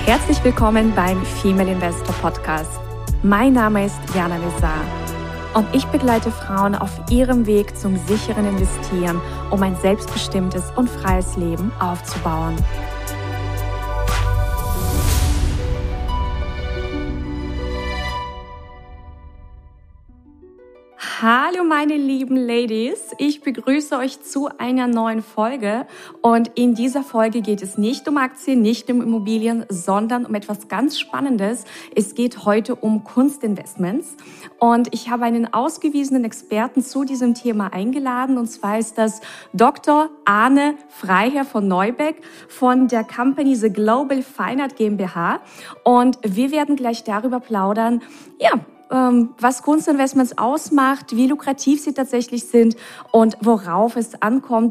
Herzlich willkommen beim Female Investor Podcast. Mein Name ist Jana Lezar und ich begleite Frauen auf ihrem Weg zum sicheren Investieren, um ein selbstbestimmtes und freies Leben aufzubauen. Hallo meine lieben Ladies, ich begrüße euch zu einer neuen Folge und in dieser Folge geht es nicht um Aktien, nicht um Immobilien, sondern um etwas ganz Spannendes. Es geht heute um Kunstinvestments und ich habe einen ausgewiesenen Experten zu diesem Thema eingeladen und zwar ist das Dr. Arne Freiherr von Neubeck von der Company The Global Fine Art GmbH und wir werden gleich darüber plaudern, was Kunstinvestments ausmacht, wie lukrativ sie tatsächlich sind und worauf es ankommt,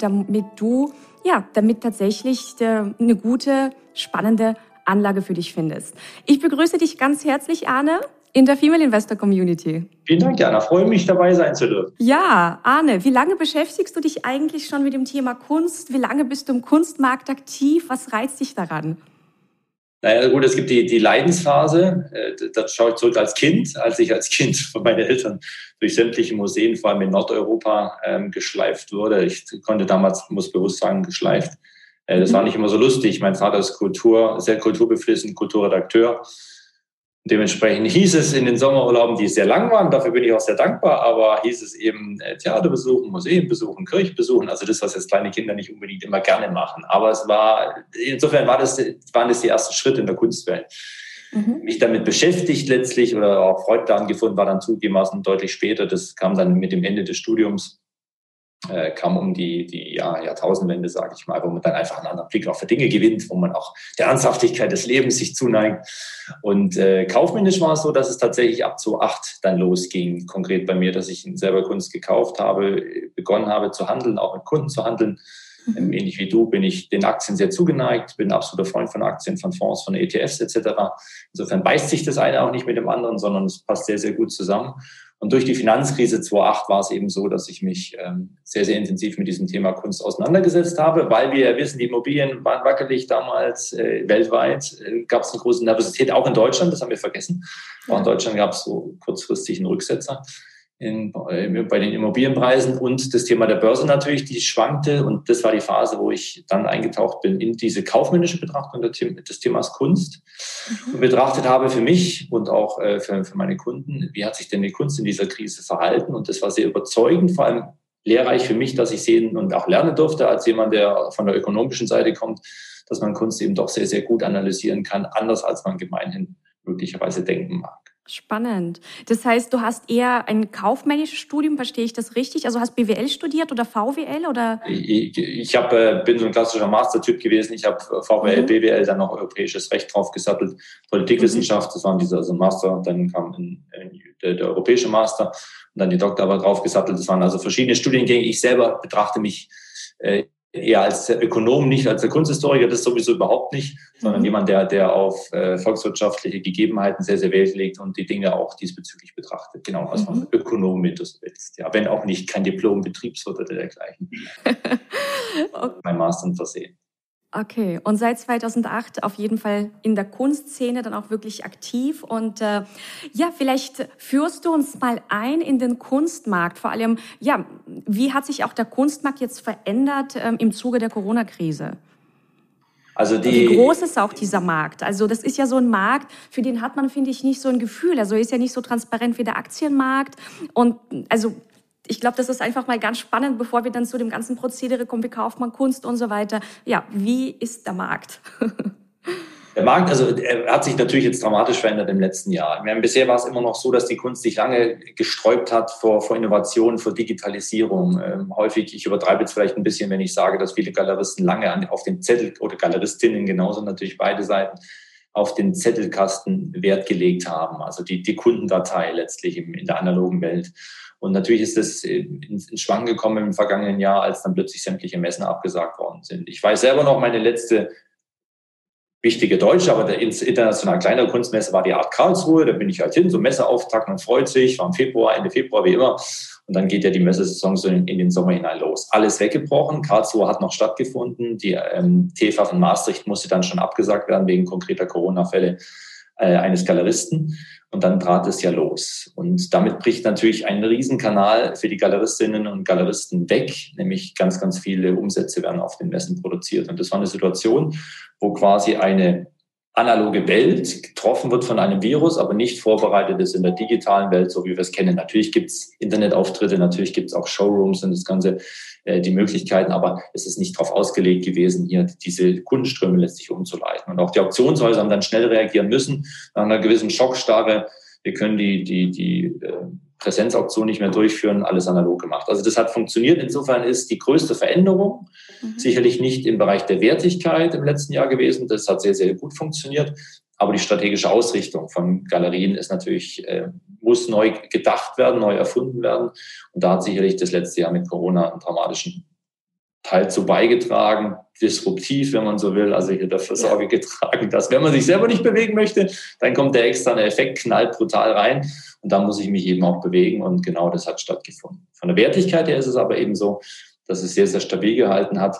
damit tatsächlich eine gute, spannende Anlage für dich findest. Ich begrüße dich ganz herzlich, Arne, in der Female Investor Community. Vielen Dank, Jana. Freue mich, dabei sein zu dürfen. Ja, Arne, wie lange beschäftigst du dich eigentlich schon mit dem Thema Kunst? Wie lange bist du im Kunstmarkt aktiv? Was reizt dich daran? Naja, gut, es gibt die Leidensphase. Da schaue ich zurück als Kind, als ich als Kind von meinen Eltern durch sämtliche Museen, vor allem in Nordeuropa, geschleift wurde. Ich konnte damals, muss bewusst sagen, geschleift. Das war nicht immer so lustig. Mein Vater ist sehr kulturbeflissen, Kulturredakteur. Dementsprechend hieß es in den Sommerurlauben, die sehr lang waren, dafür bin ich auch sehr dankbar, aber hieß es eben Theater besuchen, Museen besuchen, Kirche besuchen, also das, was jetzt kleine Kinder nicht unbedingt immer gerne machen. Aber insofern waren das die ersten Schritte in der Kunstwelt. Mich damit beschäftigt letztlich oder auch Freude daran gefunden, war dann zugegebenermaßen deutlich später. Das kam dann mit dem Ende des Studiums, kam um die Jahrtausendwende, sage ich mal, wo man dann einfach einen anderen Blick auf die Dinge gewinnt, wo man auch der Ernsthaftigkeit des Lebens sich zuneigt. Und kaufmännisch war es so, dass es tatsächlich ab 2008 dann losging, konkret bei mir, dass ich selber Kunst gekauft habe, begonnen habe zu handeln, auch mit Kunden zu handeln. Ähnlich wie du bin ich den Aktien sehr zugeneigt, bin absoluter Freund von Aktien, von Fonds, von ETFs etc. Insofern beißt sich das eine auch nicht mit dem anderen, sondern es passt sehr, sehr gut zusammen. Und durch die Finanzkrise 2008 war es eben so, dass ich mich sehr, sehr intensiv mit diesem Thema Kunst auseinandergesetzt habe, weil wir ja wissen, die Immobilien waren wackelig damals weltweit. Gab es eine große Nervosität, auch in Deutschland, das haben wir vergessen. Auch in Deutschland gab es so kurzfristig einen Rücksetzer bei den Immobilienpreisen und das Thema der Börse natürlich, die schwankte. Und das war die Phase, wo ich dann eingetaucht bin in diese kaufmännische Betrachtung des Themas Kunst und betrachtet habe für mich und auch für meine Kunden, wie hat sich denn die Kunst in dieser Krise verhalten. Und das war sehr überzeugend, vor allem lehrreich für mich, dass ich sehen und auch lernen durfte, als jemand, der von der ökonomischen Seite kommt, dass man Kunst eben doch sehr, sehr gut analysieren kann, anders als man gemeinhin möglicherweise denken mag. Spannend. Das heißt, du hast eher ein kaufmännisches Studium, verstehe ich das richtig? Also hast BWL studiert oder VWL? Oder? Ich bin so ein klassischer Mastertyp gewesen. Ich habe VWL, BWL, dann noch europäisches Recht drauf gesattelt. Politikwissenschaft, das waren diese Master. Dann kam der europäische Master und dann die Doktorarbeit drauf gesattelt. Das waren also verschiedene Studiengänge. Ich selber betrachte mich eher als Ökonom, nicht als der Kunsthistoriker, das sowieso überhaupt nicht, sondern jemand, der auf volkswirtschaftliche Gegebenheiten sehr, sehr Wert legt und die Dinge auch diesbezüglich betrachtet. Genau, was man Ökonom mit das ist. Ja, wenn auch nicht kein Diplom, Betriebswirt oder dergleichen. Okay. Mein Master versehen. Okay, und seit 2008 auf jeden Fall in der Kunstszene dann auch wirklich aktiv. Und vielleicht führst du uns mal ein in den Kunstmarkt. Vor allem, wie hat sich auch der Kunstmarkt jetzt verändert im Zuge der Corona-Krise? Also wie groß ist auch dieser Markt? Also das ist ja so ein Markt, für den hat man, finde ich, nicht so ein Gefühl. Also ist ja nicht so transparent wie der Aktienmarkt. Und also ich glaube, das ist einfach mal ganz spannend, bevor wir dann zu dem ganzen Prozedere kommen, wie kauft man Kunst und so weiter. Ja, wie ist der Markt? Der Markt, er hat sich natürlich jetzt dramatisch verändert im letzten Jahr. Bisher war es immer noch so, dass die Kunst sich lange gesträubt hat vor Innovationen, vor Digitalisierung. Häufig, ich übertreibe jetzt vielleicht ein bisschen, wenn ich sage, dass viele Galeristen lange auf den Zettel oder Galeristinnen genauso natürlich beide Seiten auf den Zettelkasten Wert gelegt haben. Also die Kundendatei letztlich in der analogen Welt. Und natürlich ist es ins Schwanken gekommen im vergangenen Jahr, als dann plötzlich sämtliche Messen abgesagt worden sind. Ich weiß selber noch, meine letzte wichtige deutsche, aber der international kleinere Kunstmesse war die Art Karlsruhe. Da bin ich halt hin, so Messeauftakt, man freut sich, war im Februar, Ende Februar wie immer. Und dann geht ja die Messesaison so in den Sommer hinein los. Alles weggebrochen. Karlsruhe hat noch stattgefunden. Die TFAF in Maastricht musste dann schon abgesagt werden wegen konkreter Corona-Fälle eines Galeristen. Und dann trat es ja los. Und damit bricht natürlich ein Riesenkanal für die Galeristinnen und Galeristen weg, nämlich ganz, ganz viele Umsätze werden auf den Messen produziert. Und das war eine Situation, wo quasi eine analoge Welt getroffen wird von einem Virus, aber nicht vorbereitet ist in der digitalen Welt, so wie wir es kennen. Natürlich gibt es Internetauftritte, natürlich gibt es auch Showrooms und das Ganze, die Möglichkeiten, aber es ist nicht darauf ausgelegt gewesen, hier diese Kundenströme letztlich umzuleiten. Und auch die Auktionshäuser haben dann schnell reagieren müssen, nach einer gewissen Schockstarre. Wir können die Präsenzauktion nicht mehr durchführen, alles analog gemacht. Also das hat funktioniert. Insofern ist die größte Veränderung sicherlich nicht im Bereich der Wertigkeit im letzten Jahr gewesen. Das hat sehr, sehr gut funktioniert. Aber die strategische Ausrichtung von Galerien ist natürlich, muss neu gedacht werden, neu erfunden werden. Und da hat sicherlich das letzte Jahr mit Corona einen dramatischen Teil zu beigetragen, disruptiv, wenn man so will, also hier dafür Sorge getragen, dass wenn man sich selber nicht bewegen möchte, dann kommt der externe Effekt, knallt brutal rein und da muss ich mich eben auch bewegen und genau das hat stattgefunden. Von der Wertigkeit her ist es aber eben so, dass es sehr, sehr stabil gehalten hat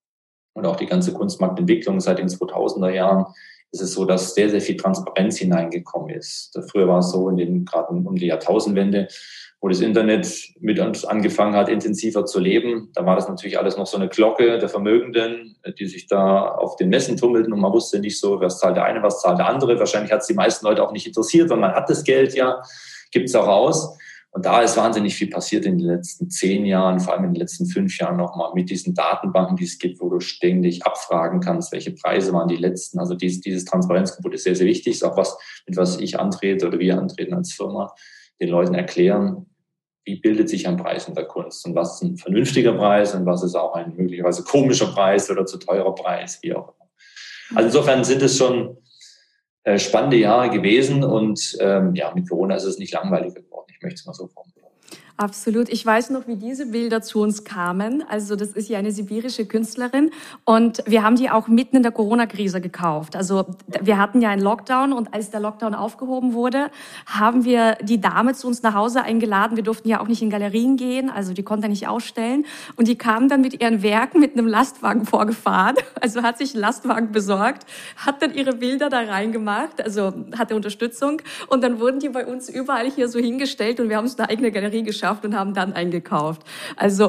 und auch die ganze Kunstmarktentwicklung seit den 2000er Jahren ist es so, dass sehr, sehr viel Transparenz hineingekommen ist. Früher war es so, gerade um die Jahrtausendwende, wo das Internet mit uns angefangen hat, intensiver zu leben. Da war das natürlich alles noch so eine Glocke der Vermögenden, die sich da auf den Messen tummelten und man wusste nicht so, was zahlt der eine, was zahlt der andere. Wahrscheinlich hat es die meisten Leute auch nicht interessiert, weil man hat das Geld ja, gibt es auch aus. Und da ist wahnsinnig viel passiert in den letzten 10 Jahren, vor allem in den letzten 5 Jahren nochmal mit diesen Datenbanken, die es gibt, wo du ständig abfragen kannst, welche Preise waren die letzten. Also dieses Transparenzgebot ist sehr, sehr wichtig. Ist auch mit was ich antrete oder wir antreten als Firma, den Leuten erklären, wie bildet sich ein Preis in der Kunst und was ist ein vernünftiger Preis und was ist auch ein möglicherweise komischer Preis oder zu teurer Preis, wie auch immer. Also insofern sind es schon spannende Jahre gewesen und mit Corona ist es nicht langweilig geworden. Ich möchte es mal so formulieren. Absolut. Ich weiß noch, wie diese Bilder zu uns kamen. Also das ist ja eine sibirische Künstlerin und wir haben die auch mitten in der Corona-Krise gekauft. Also wir hatten ja einen Lockdown und als der Lockdown aufgehoben wurde, haben wir die Dame zu uns nach Hause eingeladen. Wir durften ja auch nicht in Galerien gehen, also die konnte nicht ausstellen. Und die kam dann mit ihren Werken mit einem Lastwagen vorgefahren. Also hat sich einen Lastwagen besorgt, hat dann ihre Bilder da reingemacht, also hatte Unterstützung. Und dann wurden die bei uns überall hier so hingestellt und wir haben uns eine eigene Galerie geschafft und haben dann eingekauft. Also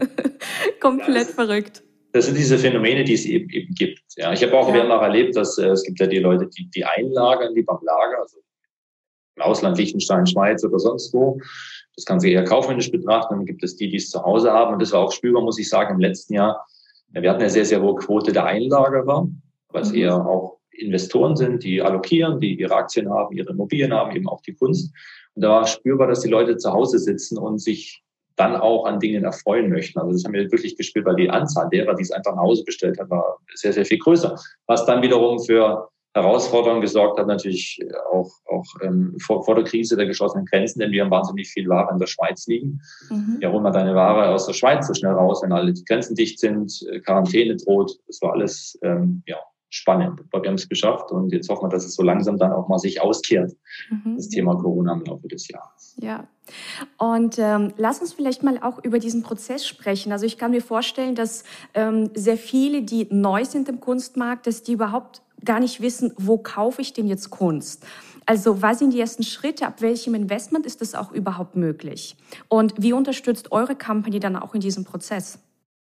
komplett verrückt. Das sind diese Phänomene, die es eben gibt. Ja, ich habe auch mehrmals erlebt, dass es gibt ja die Leute, die einlagern, die beim Lager, also im Ausland, Liechtenstein, Schweiz oder sonst wo. Das kann sich eher kaufmännisch betrachten. Dann gibt es die es zu Hause haben. Und das war auch spürbar, muss ich sagen, im letzten Jahr. Wir hatten eine sehr, sehr hohe Quote der Einlagerer, weil es eher auch Investoren sind, die allokieren, die ihre Aktien haben, ihre Immobilien haben, eben auch die Kunst. Und da war spürbar, dass die Leute zu Hause sitzen und sich dann auch an Dingen erfreuen möchten. Also das haben wir wirklich gespürt, weil die Anzahl derer, die es einfach nach Hause bestellt haben, war sehr, sehr viel größer. Was dann wiederum für Herausforderungen gesorgt hat, natürlich auch vor der Krise der geschlossenen Grenzen, denn wir haben wahnsinnig viel Ware in der Schweiz liegen. Ja, hol mal deine Ware aus der Schweiz so schnell raus, wenn alle die Grenzen dicht sind, Quarantäne droht. Das war alles spannend. Aber wir haben es geschafft und jetzt hoffen wir, dass es so langsam dann auch mal sich auskehrt, das Thema Corona im Laufe des Jahres. Ja, und lass uns vielleicht mal auch über diesen Prozess sprechen. Also ich kann mir vorstellen, dass sehr viele, die neu sind im Kunstmarkt, dass die überhaupt gar nicht wissen, wo kaufe ich denn jetzt Kunst? Also was sind die ersten Schritte? Ab welchem Investment ist das auch überhaupt möglich? Und wie unterstützt eure Company dann auch in diesem Prozess?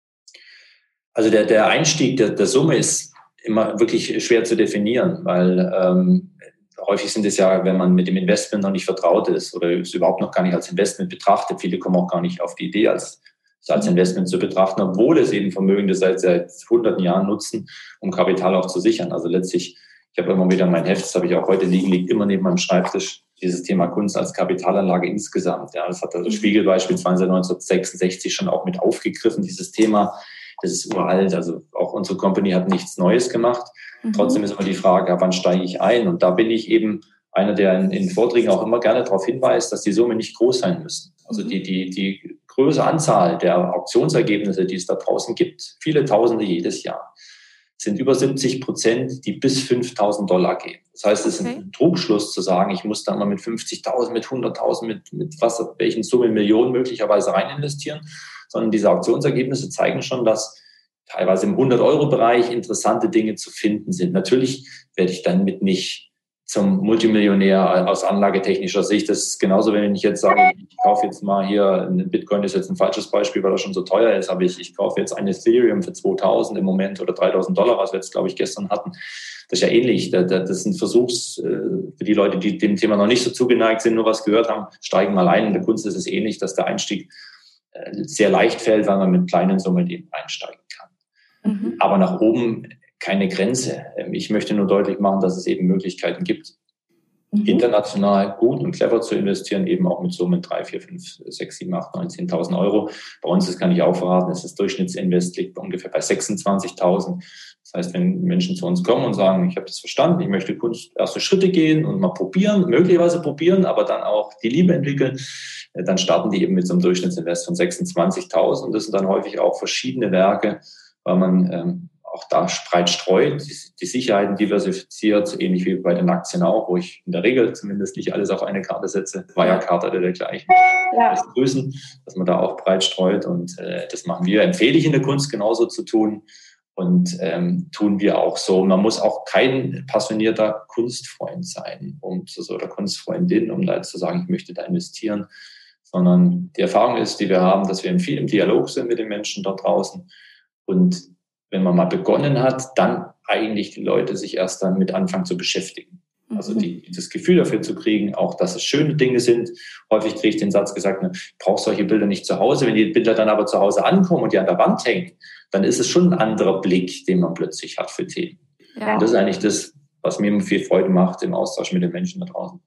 Also der Einstieg der Summe ist immer wirklich schwer zu definieren, weil häufig sind es ja, wenn man mit dem Investment noch nicht vertraut ist oder es überhaupt noch gar nicht als Investment betrachtet, viele kommen auch gar nicht auf die Idee, als Investment zu betrachten, obwohl es eben Vermögende seit hunderten Jahren nutzen, um Kapital auch zu sichern. Also letztlich, ich habe immer wieder mein Heft, das habe ich auch heute liegen, liegt immer neben meinem Schreibtisch, dieses Thema Kunst als Kapitalanlage insgesamt. Ja, das hat der Spiegel beispielsweise 1966 schon auch mit aufgegriffen, dieses Thema. Das ist uralt, also auch unsere Company hat nichts Neues gemacht. Trotzdem ist immer die Frage, wann steige ich ein? Und da bin ich eben einer, der in Vorträgen auch immer gerne darauf hinweist, dass die Summen nicht groß sein müssen. Also die größere Anzahl der Auktionsergebnisse, die es da draußen gibt, viele Tausende jedes Jahr, sind über 70%, die bis $5.000 gehen. Das heißt, es ist ein Trugschluss zu sagen, ich muss da mal mit 50.000, mit 100.000, mit welchen Summen, Millionen möglicherweise rein investieren, sondern diese Auktionsergebnisse zeigen schon, dass teilweise im 100-Euro-Bereich interessante Dinge zu finden sind. Natürlich werde ich dann mit nicht zum Multimillionär aus anlagetechnischer Sicht. Das ist genauso, wenn ich jetzt sage, ich kaufe jetzt mal hier, ein Bitcoin ist jetzt ein falsches Beispiel, weil er schon so teuer ist, aber ich kaufe jetzt ein Ethereum für 2.000 im Moment oder $3.000, was wir jetzt, glaube ich, gestern hatten. Das ist ja ähnlich. Das ist ein für die Leute, die dem Thema noch nicht so zugeneigt sind, nur was gehört haben, steigen mal ein. In der Kunst ist es ähnlich, dass der Einstieg sehr leicht fällt, weil man mit kleinen Summen eben einsteigen kann. Mhm. Aber nach oben keine Grenze. Ich möchte nur deutlich machen, dass es eben Möglichkeiten gibt, international gut und clever zu investieren, eben auch mit Summen 3, 4, 5, 6, 7, 8, 9, 10.000 Euro. Bei uns, das kann ich auch verraten, das Durchschnittsinvest liegt ungefähr bei 26.000. Das heißt, wenn Menschen zu uns kommen und sagen, ich habe das verstanden, ich möchte Kunst erste Schritte gehen und mal probieren, möglicherweise probieren, aber dann auch die Liebe entwickeln, dann starten die eben mit so einem Durchschnittsinvest von 26.000. Das sind dann häufig auch verschiedene Werke, weil man auch da breit streut, die Sicherheiten diversifiziert, ähnlich wie bei den Aktien auch, wo ich in der Regel zumindest nicht alles auf eine Karte setze, Wirecard oder dergleichen. Grüßen, dass man da auch breit streut und das machen wir. Empfehle ich in der Kunst genauso zu tun und tun wir auch so. Man muss auch kein passionierter Kunstfreund sein, oder Kunstfreundin, um da zu sagen, ich möchte da investieren, sondern die Erfahrung ist, die wir haben, dass wir viel im Dialog sind mit den Menschen da draußen und wenn man mal begonnen hat, dann eigentlich die Leute sich erst dann mit anfangen zu beschäftigen. Also das Gefühl dafür zu kriegen, auch dass es schöne Dinge sind. Häufig kriege ich den Satz gesagt, ich brauche solche Bilder nicht zu Hause. Wenn die Bilder dann aber zu Hause ankommen und die an der Wand hängen, dann ist es schon ein anderer Blick, den man plötzlich hat für Themen. Ja. Und das ist eigentlich das, was mir viel Freude macht, im Austausch mit den Menschen da draußen,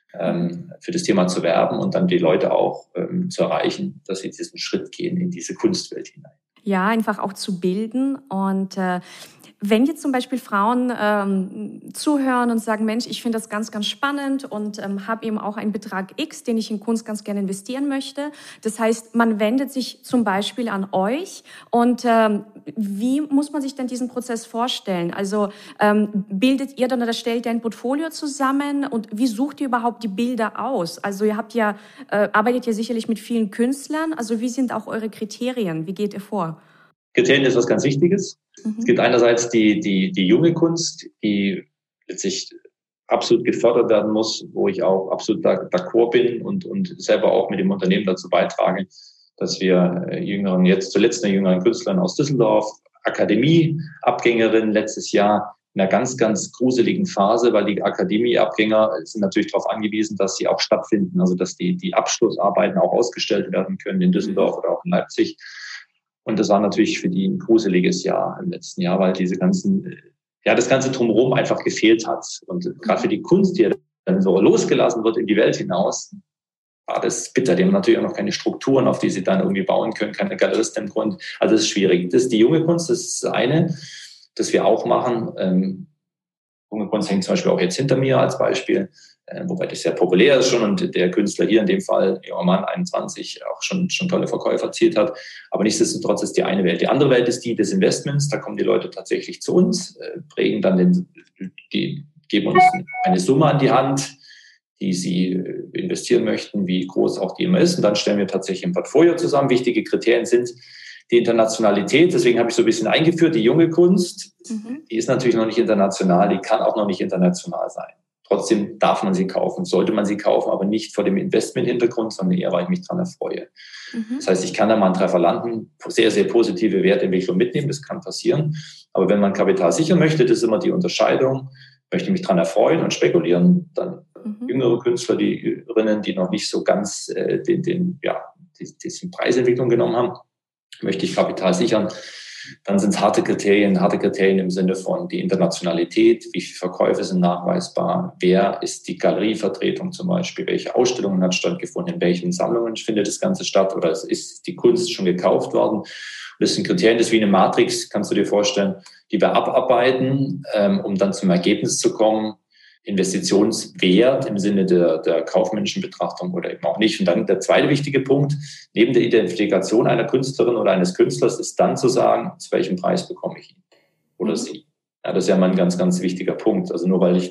für das Thema zu werben und dann die Leute auch zu erreichen, dass sie diesen Schritt gehen in diese Kunstwelt hinein. Ja, einfach auch zu bilden. Und wenn jetzt zum Beispiel Frauen zuhören und sagen, Mensch, ich finde das ganz, ganz spannend und habe eben auch einen Betrag X, den ich in Kunst ganz gerne investieren möchte. Das heißt, man wendet sich zum Beispiel an euch. Und wie muss man sich denn diesen Prozess vorstellen? Also bildet ihr dann oder stellt ihr ein Portfolio zusammen? Und wie sucht ihr überhaupt die Bilder aus? Also ihr arbeitet ja sicherlich mit vielen Künstlern. Also wie sind auch eure Kriterien? Wie geht ihr vor? Kriterien ist was ganz Wichtiges. Es gibt einerseits die junge Kunst, die letztlich absolut gefördert werden muss, wo ich auch absolut d'accord bin und selber auch mit dem Unternehmen dazu beitrage, dass wir zuletzt eine jüngeren Künstlerin aus Düsseldorf, Akademieabgängerin letztes Jahr, in einer ganz, ganz gruseligen Phase, weil die Akademieabgänger sind natürlich darauf angewiesen, dass sie auch stattfinden, also dass die Abschlussarbeiten auch ausgestellt werden können in Düsseldorf oder auch in Leipzig. Und das war natürlich für die ein gruseliges Jahr im letzten Jahr, weil das ganze Drumherum einfach gefehlt hat. Und gerade für die Kunst, die dann so losgelassen wird in die Welt hinaus, war das bitter. Die haben natürlich auch noch keine Strukturen, auf die sie dann irgendwie bauen können, keine Galeristen im Grund. Also das ist schwierig. Das ist die junge Kunst, das ist das eine, das wir auch machen. Junge Kunst hängt zum Beispiel auch jetzt hinter mir als Beispiel, wobei das sehr populär ist schon und der Künstler hier in dem Fall, junger Mann, 21, auch schon tolle Verkäufe erzielt hat. Aber nichtsdestotrotz ist die eine Welt. Die andere Welt ist die des Investments. Da kommen die Leute tatsächlich zu uns, geben uns eine Summe an die Hand, die sie investieren möchten, wie groß auch die immer ist. Und dann stellen wir tatsächlich ein Portfolio zusammen. Wichtige Kriterien sind die Internationalität. Deswegen habe ich so ein bisschen eingeführt, die junge Kunst, die ist natürlich noch nicht international, die kann auch noch nicht international sein. Trotzdem darf man sie kaufen, sollte man sie kaufen, aber nicht vor dem Investment-Hintergrund, sondern eher, weil ich mich daran erfreue. Das heißt, ich kann da mal einen Treffer landen, sehr, sehr positive Wertentwicklung mitnehmen, das kann passieren. Aber wenn man Kapital sichern möchte, das ist immer die Unterscheidung, möchte mich daran erfreuen und spekulieren, dann jüngere Künstlerinnen, die noch nicht so ganz diese Preisentwicklung genommen haben, möchte ich Kapital sichern. Dann sind es harte Kriterien im Sinne von die Internationalität, wie viele Verkäufe sind nachweisbar, wer ist die Galerievertretung zum Beispiel, welche Ausstellungen hat stattgefunden, in welchen Sammlungen findet das Ganze statt oder ist die Kunst schon gekauft worden. Und das sind Kriterien, das ist wie eine Matrix, kannst du dir vorstellen, die wir abarbeiten, um dann zum Ergebnis zu kommen, Investitionswert im Sinne der kaufmännischen Betrachtung oder eben auch nicht. Und dann der zweite wichtige Punkt, neben der Identifikation einer Künstlerin oder eines Künstlers, ist dann zu sagen, zu welchem Preis bekomme ich ihn. oder sie. Ja, das ist ja mal ein ganz, ganz wichtiger Punkt. Also nur weil ich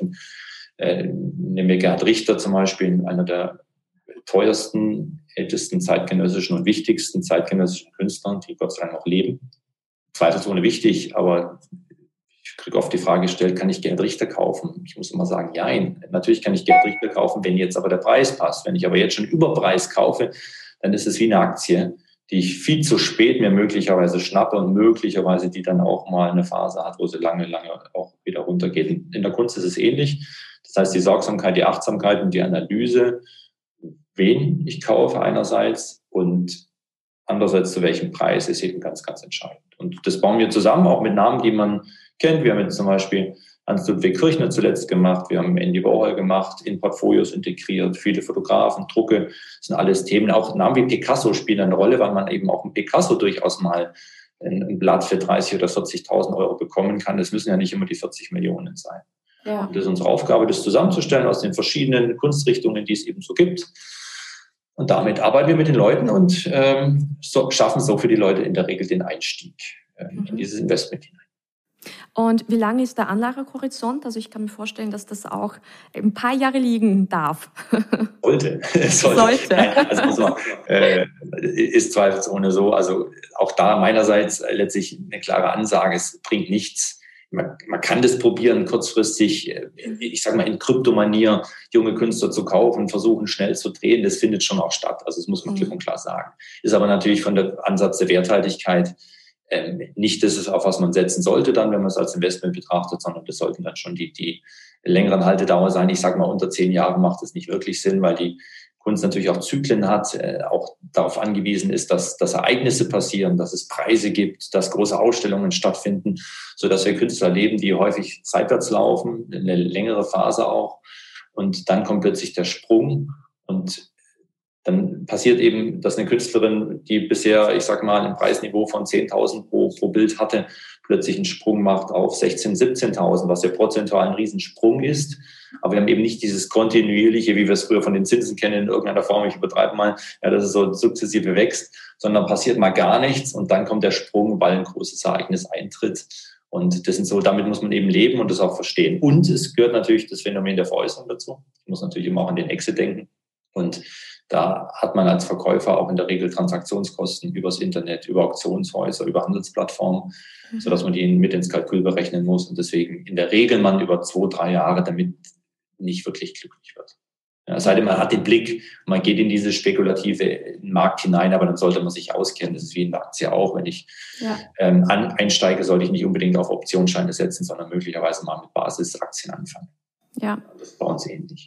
nehme mir Gerhard Richter zum Beispiel, einer der teuersten, ältesten zeitgenössischen und wichtigsten zeitgenössischen Künstlern, die Gott sei Dank noch leben. Zweifelsohne wichtig, aber ich kriege oft die Frage gestellt, kann ich Gerhard Richter kaufen? Ich muss immer sagen, nein. Natürlich kann ich Gerhard Richter kaufen, wenn jetzt aber der Preis passt. Wenn ich aber jetzt schon Überpreis kaufe, dann ist es wie eine Aktie, die ich viel zu spät mir möglicherweise schnappe und möglicherweise die dann auch mal eine Phase hat, wo sie lange, lange auch wieder runtergeht. In der Kunst ist es ähnlich. Das heißt, die Sorgsamkeit, die Achtsamkeit und die Analyse, wen ich kaufe einerseits und andererseits zu welchem Preis, ist eben ganz, ganz entscheidend. Und das bauen wir zusammen, auch mit Namen, die man kennt. Wir haben jetzt zum Beispiel Hans-Ludwig Kirchner zuletzt gemacht, wir haben Andy Warhol gemacht, in Portfolios integriert, viele Fotografen, Drucke, das sind alles Themen. Auch Namen wie Picasso spielen eine Rolle, weil man eben auch ein Picasso durchaus mal ein Blatt für 30.000 oder 40.000 Euro bekommen kann. Das müssen ja nicht immer die 40 Millionen sein. Ja. Und das ist unsere Aufgabe, das zusammenzustellen aus den verschiedenen Kunstrichtungen, die es eben so gibt. Und damit arbeiten wir mit den Leuten und schaffen so für die Leute in der Regel den Einstieg in dieses Investment hinein. Und wie lange ist der Anlagehorizont? Also ich kann mir vorstellen, dass das auch ein paar Jahre liegen darf. Sollte. Nein, also ist zweifelsohne so. Also auch da meinerseits letztlich eine klare Ansage, es bringt nichts. Man kann das probieren, kurzfristig, ich sage mal in Kryptomanier, junge Künstler zu kaufen, versuchen schnell zu drehen. Das findet schon auch statt. Also das muss man klipp und klar sagen. Ist aber natürlich von der Ansatz der Werthaltigkeit nicht das, auf was man setzen sollte dann, wenn man es als Investment betrachtet, sondern das sollten dann schon die längeren Haltedauer sein. Ich sage mal, unter 10 Jahren macht es nicht wirklich Sinn, weil die Kunst natürlich auch Zyklen hat, auch darauf angewiesen ist, dass Ereignisse passieren, dass es Preise gibt, dass große Ausstellungen stattfinden, sodass wir Künstler leben, die häufig seitwärts laufen, eine längere Phase auch. Und dann kommt plötzlich der Sprung und dann passiert eben, dass eine Künstlerin, die bisher, ich sag mal, ein Preisniveau von 10.000 pro Bild hatte, plötzlich einen Sprung macht auf 16.000, 17.000, was ja prozentual ein Riesensprung ist. Aber wir haben eben nicht dieses kontinuierliche, wie wir es früher von den Zinsen kennen, in irgendeiner Form, ich übertreibe mal, ja, dass es so sukzessive wächst, sondern passiert mal gar nichts und dann kommt der Sprung, weil ein großes Ereignis eintritt. Und das sind so, damit muss man eben leben und das auch verstehen. Und es gehört natürlich das Phänomen der Veräußerung dazu. Ich muss natürlich immer auch an den Exit denken. Und da hat man als Verkäufer auch in der Regel Transaktionskosten übers Internet, über Auktionshäuser, über Handelsplattformen, sodass man die mit ins Kalkül berechnen muss und deswegen in der Regel man über 2-3 Jahre damit nicht wirklich glücklich wird. Ja, es sei denn, man hat den Blick, man geht in diese spekulative Markt hinein, aber dann sollte man sich auskennen. Das ist wie in der Aktie auch. Wenn ich einsteige, sollte ich nicht unbedingt auf Optionsscheine setzen, sondern möglicherweise mal mit Basisaktien anfangen. Ja. Das ist bei uns ähnlich.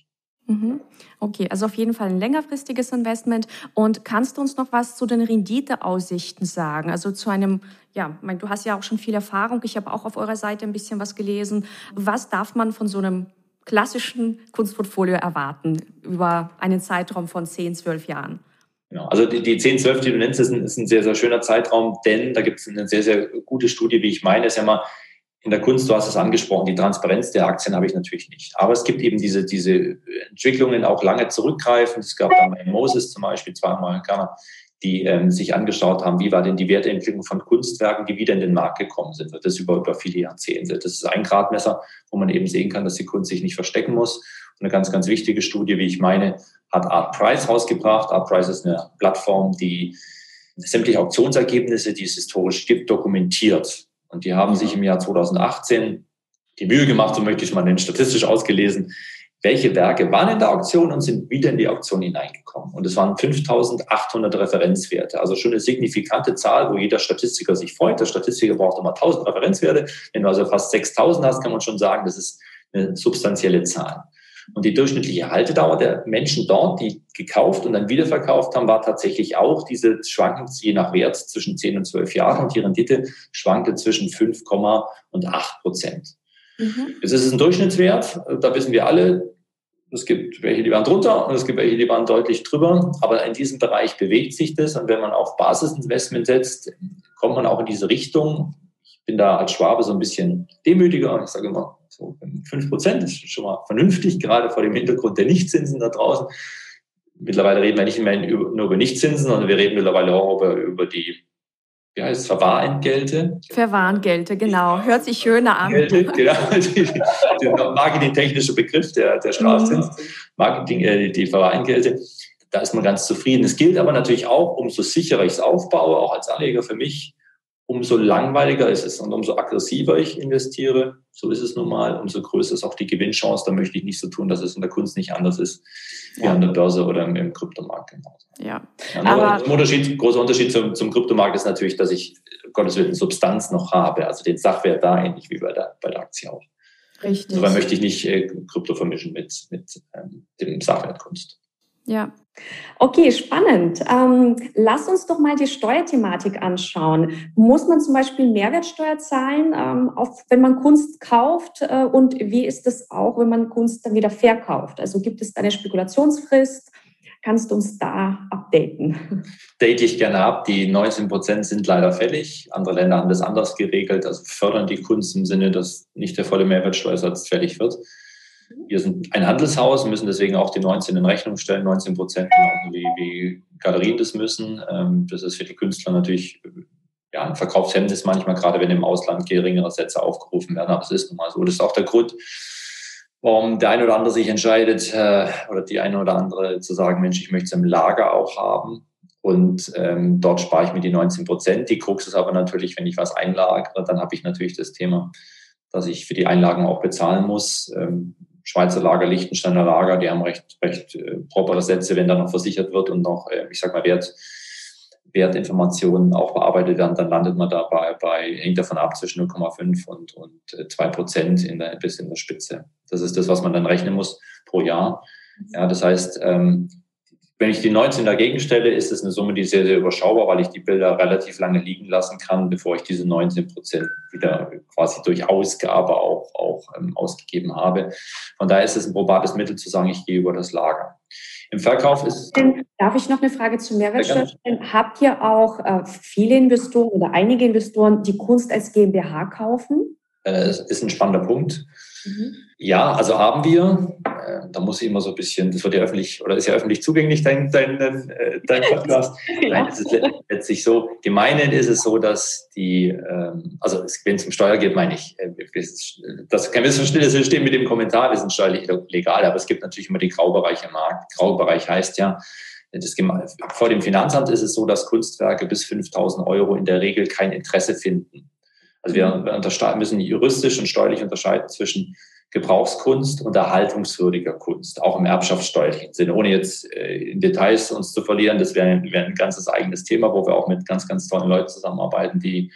Okay, also auf jeden Fall ein längerfristiges Investment. Und kannst du uns noch was zu den Renditeaussichten sagen? Also zu einem, du hast ja auch schon viel Erfahrung. Ich habe auch auf eurer Seite ein bisschen was gelesen. Was darf man von so einem klassischen Kunstportfolio erwarten über einen Zeitraum von 10-12 Jahren? Genau. Also die 10-12, die du nennst, ist ein sehr, sehr schöner Zeitraum, denn da gibt es eine sehr, sehr gute Studie, wie ich meine, ist ja mal in der Kunst, du hast es angesprochen, die Transparenz der Aktien habe ich natürlich nicht. Aber es gibt eben diese Entwicklungen auch lange zurückgreifend. Es gab dann bei Moses zum Beispiel zweimal die sich angeschaut haben, wie war denn die Wertentwicklung von Kunstwerken, die wieder in den Markt gekommen sind. Das über viele Jahrzehnte. Das ist ein Gradmesser, wo man eben sehen kann, dass die Kunst sich nicht verstecken muss. Und eine ganz, ganz wichtige Studie, wie ich meine, hat Artprice rausgebracht. Artprice ist eine Plattform, die sämtliche Auktionsergebnisse, die es historisch gibt, dokumentiert. Und die haben sich im Jahr 2018 die Mühe gemacht, so möchte ich es mal nennen, statistisch ausgelesen, welche Werke waren in der Auktion und sind wieder in die Auktion hineingekommen. Und es waren 5.800 Referenzwerte, also schon eine signifikante Zahl, wo jeder Statistiker sich freut. Der Statistiker braucht immer 1.000 Referenzwerte. Wenn du also fast 6.000 hast, kann man schon sagen, das ist eine substanzielle Zahl. Und die durchschnittliche Haltedauer der Menschen dort, die gekauft und dann wiederverkauft haben, war tatsächlich auch diese schwankend je nach Wert zwischen 10 und 12 Jahren und die Rendite schwankte zwischen 5, und 8%. Jetzt ist es ein Durchschnittswert, da wissen wir alle, es gibt welche, die waren drunter und es gibt welche, die waren deutlich drüber, aber in diesem Bereich bewegt sich das und wenn man auf Basisinvestment setzt, kommt man auch in diese Richtung. Ich bin da als Schwabe so ein bisschen demütiger, ich sage immer, so 5% ist schon mal vernünftig, gerade vor dem Hintergrund der Nichtzinsen da draußen. Mittlerweile reden wir nicht mehr nur über Nichtzinsen, sondern wir reden mittlerweile auch über die wie heißt es, Verwahrentgelte? Verwahrentgelte, genau. Hört sich schöner an. Genau, der marketingtechnische Begriff, der Strafzins, die Verwahrentgelte. Da ist man ganz zufrieden. Es gilt aber natürlich auch, umso sicherer ich es aufbaue, auch als Anleger für mich, umso langweiliger ist es und umso aggressiver ich investiere, so ist es nun mal, umso größer ist auch die Gewinnchance. Da möchte ich nicht so tun, dass es in der Kunst nicht anders ist wie an der Börse oder im Kryptomarkt. Genauso. Ja. Aber großer Unterschied zum Kryptomarkt ist natürlich, dass ich Gottes Willen Substanz noch habe, also den Sachwert da, ähnlich wie bei der Aktie auch. Richtig. Insofern möchte ich nicht Krypto vermischen mit dem Sachwert Kunst. Ja. Okay, spannend. Lass uns doch mal die Steuerthematik anschauen. Muss man zum Beispiel Mehrwertsteuer zahlen, wenn man Kunst kauft? Und wie ist es auch, wenn man Kunst dann wieder verkauft? Also gibt es da eine Spekulationsfrist? Kannst du uns da updaten? Date ich gerne ab. Die 19% sind leider fällig. Andere Länder haben das anders geregelt, also fördern die Kunst im Sinne, dass nicht der volle Mehrwertsteuersatz fällig wird. Wir sind ein Handelshaus und müssen deswegen auch die 19 in Rechnung stellen, 19%, genauso wie Galerien das müssen. Das ist für die Künstler natürlich ein Verkaufshemmnis manchmal, gerade wenn im Ausland geringere Sätze aufgerufen werden. Aber es ist nun mal so. Das ist auch der Grund, warum der eine oder andere sich entscheidet oder die eine oder andere zu sagen, Mensch, ich möchte es im Lager auch haben. Und dort spare ich mir die 19%. Die Krux ist aber natürlich, wenn ich was einlagere, dann habe ich natürlich das Thema, dass ich für die Einlagen auch bezahlen muss. Schweizer Lager, Liechtensteiner Lager, die haben recht propere Sätze, wenn da noch versichert wird und noch, Wertinformationen auch bearbeitet werden, dann landet man dabei hängt davon ab, zwischen 0,5 und 2% bis in der Spitze. Das ist das, was man dann rechnen muss pro Jahr. Ja, das heißt, wenn ich die 19 dagegen stelle, ist es eine Summe, die sehr, sehr überschaubar, weil ich die Bilder relativ lange liegen lassen kann, bevor ich diese 19% wieder quasi durch Ausgabe auch ausgegeben habe. Von daher ist es ein probates Mittel zu sagen, ich gehe über das Lager. Im Verkauf ist... Darf ich noch eine Frage zur Mehrwertsteuer stellen? Habt ihr auch viele Investoren oder einige Investoren, die Kunst als GmbH kaufen? Das ist ein spannender Punkt. Ja, also haben wir. Da muss ich immer so ein bisschen, das wird ja öffentlich oder ist ja öffentlich zugänglich, dein Podcast. Ja. Nein, es ist letztlich so. Die meinen ist es so, dass wenn es um Steuer geht, meine ich, dass kein Missverständnis steht mit dem Kommentar, wir sind steuerlich legal, aber es gibt natürlich immer die Graubereiche im Markt. Graubereich heißt ja, vor dem Finanzamt ist es so, dass Kunstwerke bis 5.000 € in der Regel kein Interesse finden. Also wir müssen juristisch und steuerlich unterscheiden zwischen Gebrauchskunst und erhaltungswürdiger Kunst, auch im erbschaftssteuerlichen Sinne, ohne jetzt in Details uns zu verlieren. Das wäre ein ganzes eigenes Thema, wo wir auch mit ganz, ganz tollen Leuten zusammenarbeiten, die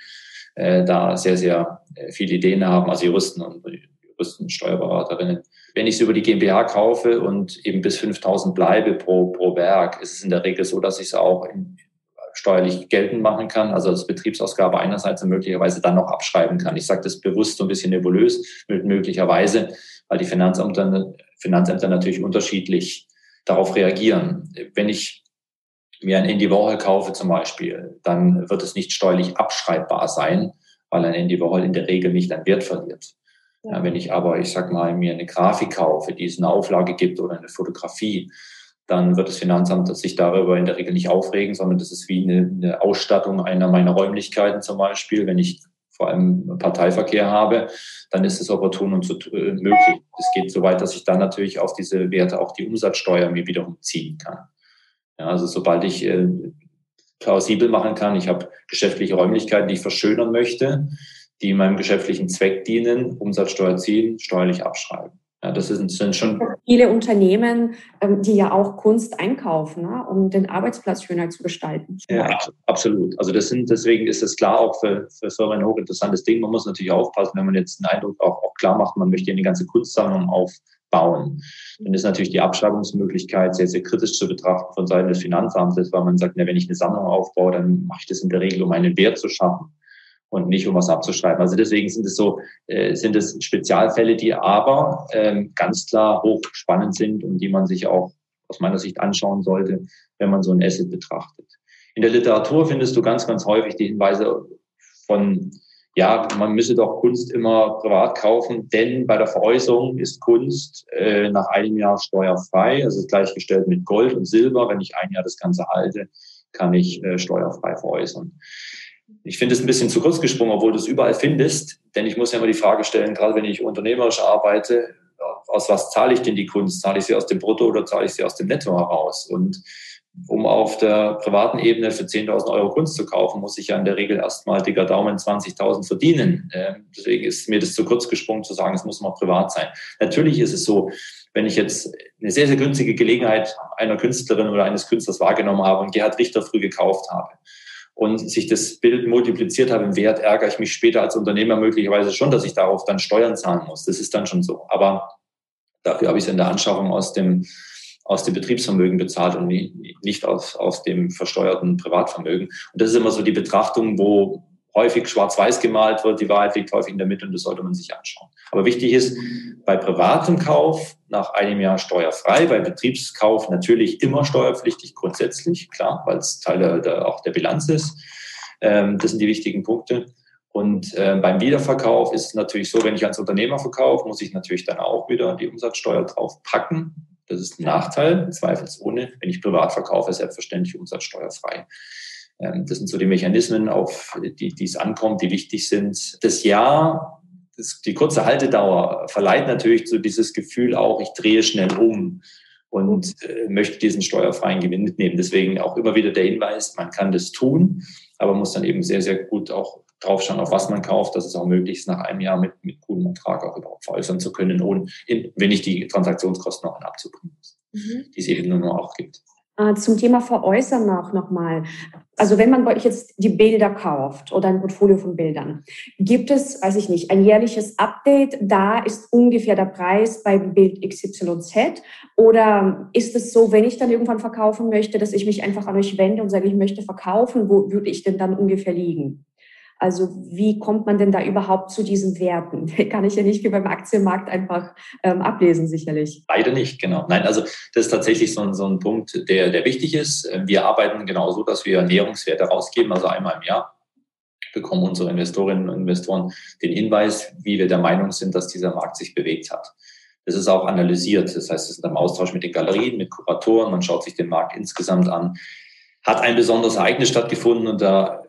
da sehr, sehr viele Ideen haben, also Juristen und Steuerberaterinnen. Wenn ich es über die GmbH kaufe und eben bis 5.000 bleibe pro Werk, ist es in der Regel so, dass ich es auch steuerlich geltend machen kann, also als Betriebsausgabe einerseits und möglicherweise dann noch abschreiben kann. Ich sage das bewusst so ein bisschen nebulös, möglicherweise, weil die Finanzämter natürlich unterschiedlich darauf reagieren. Wenn ich mir ein Andy Warhol kaufe zum Beispiel, dann wird es nicht steuerlich abschreibbar sein, weil ein Andy Warhol in der Regel nicht an Wert verliert. Ja, wenn ich aber, mir eine Grafik kaufe, die es eine Auflage gibt oder eine Fotografie, dann wird das Finanzamt sich darüber in der Regel nicht aufregen, sondern das ist wie eine Ausstattung einer meiner Räumlichkeiten zum Beispiel. Wenn ich vor allem Parteiverkehr habe, dann ist es opportun und möglich. Es geht so weit, dass ich dann natürlich auf diese Werte auch die Umsatzsteuer mir wiederum ziehen kann. Ja, also sobald ich plausibel machen kann, ich habe geschäftliche Räumlichkeiten, die ich verschönern möchte, die meinem geschäftlichen Zweck dienen, Umsatzsteuer ziehen, steuerlich abschreiben. Ja, das sind schon viele Unternehmen, die ja auch Kunst einkaufen, ne, um den Arbeitsplatz schöner zu gestalten. Ja, absolut. Also deswegen ist es klar auch für Firmen ein hochinteressantes Ding. Man muss natürlich aufpassen, wenn man jetzt einen Eindruck auch klar macht, man möchte eine ganze Kunstsammlung aufbauen. Dann ist natürlich die Abschreibungsmöglichkeit sehr, sehr kritisch zu betrachten von Seiten des Finanzamtes, weil man sagt, wenn ich eine Sammlung aufbaue, dann mache ich das in der Regel, um einen Wert zu schaffen und nicht, um was abzuschreiben. Also deswegen sind es Spezialfälle, die aber ganz klar hochspannend sind und die man sich auch aus meiner Sicht anschauen sollte, wenn man so ein Asset betrachtet. In der Literatur findest du ganz, ganz häufig die Hinweise von, man müsse doch Kunst immer privat kaufen, denn bei der Veräußerung ist Kunst nach einem Jahr steuerfrei, also gleichgestellt mit Gold und Silber. Wenn ich ein Jahr das Ganze halte, kann ich steuerfrei veräußern. Ich finde es ein bisschen zu kurz gesprungen, obwohl du es überall findest. Denn ich muss ja immer die Frage stellen, gerade wenn ich unternehmerisch arbeite, aus was zahle ich denn die Kunst? Zahle ich sie aus dem Brutto oder zahle ich sie aus dem Netto heraus? Und um auf der privaten Ebene für 10.000 Euro Kunst zu kaufen, muss ich ja in der Regel erstmal dicker Daumen 20.000 verdienen. Deswegen ist mir das zu kurz gesprungen zu sagen, es muss mal privat sein. Natürlich ist es so, wenn ich jetzt eine sehr, sehr günstige Gelegenheit einer Künstlerin oder eines Künstlers wahrgenommen habe und Gerhard Richter früh gekauft habe und sich das Bild multipliziert habe im Wert, ärgere ich mich später als Unternehmer möglicherweise schon, dass ich darauf dann Steuern zahlen muss. Das ist dann schon so. Aber dafür habe ich es in der Anschaffung aus dem Betriebsvermögen bezahlt und nicht aus dem versteuerten Privatvermögen. Und das ist immer so die Betrachtung, wo häufig schwarz-weiß gemalt wird. Die Wahrheit liegt häufig in der Mitte und das sollte man sich anschauen. Aber wichtig ist, bei privatem Kauf nach einem Jahr steuerfrei, bei Betriebskauf natürlich immer steuerpflichtig grundsätzlich, klar, weil es Teil auch der Bilanz ist. Das sind die wichtigen Punkte. Und beim Wiederverkauf ist es natürlich so, wenn ich als Unternehmer verkaufe, muss ich natürlich dann auch wieder die Umsatzsteuer drauf packen. Das ist ein Nachteil, zweifelsohne. Wenn ich privat verkaufe, selbstverständlich umsatzsteuerfrei. Das sind so die Mechanismen, auf die es ankommt, die wichtig sind. Das Jahr, die kurze Haltedauer verleiht natürlich so dieses Gefühl auch, ich drehe schnell um und möchte diesen steuerfreien Gewinn mitnehmen. Deswegen auch immer wieder der Hinweis, man kann das tun, aber muss dann eben sehr, sehr gut auch drauf schauen, auf was man kauft, dass es auch möglich ist, nach einem Jahr mit gutem Ertrag auch überhaupt veräußern zu können, ohne, wenn ich die Transaktionskosten noch abzubringen muss, die es eben nur auch gibt. Zum Thema Veräußern noch mal. Also wenn man bei euch jetzt die Bilder kauft oder ein Portfolio von Bildern, gibt es, weiß ich nicht, ein jährliches Update, da ist ungefähr der Preis beim Bild XYZ? Oder ist es so, wenn ich dann irgendwann verkaufen möchte, dass ich mich einfach an euch wende und sage, ich möchte verkaufen, wo würde ich denn dann ungefähr liegen? Also wie kommt man denn da überhaupt zu diesen Werten? Kann ich ja nicht wie beim Aktienmarkt einfach ablesen, sicherlich. Leider nicht, genau. Nein, also das ist tatsächlich so ein Punkt, der wichtig ist. Wir arbeiten genauso, dass wir Näherungswerte rausgeben, also einmal im Jahr bekommen unsere Investorinnen und Investoren den Hinweis, wie wir der Meinung sind, dass dieser Markt sich bewegt hat. Das ist auch analysiert. Das heißt, es ist im Austausch mit den Galerien, mit Kuratoren. Man schaut sich den Markt insgesamt an. Hat ein besonderes Ereignis stattgefunden und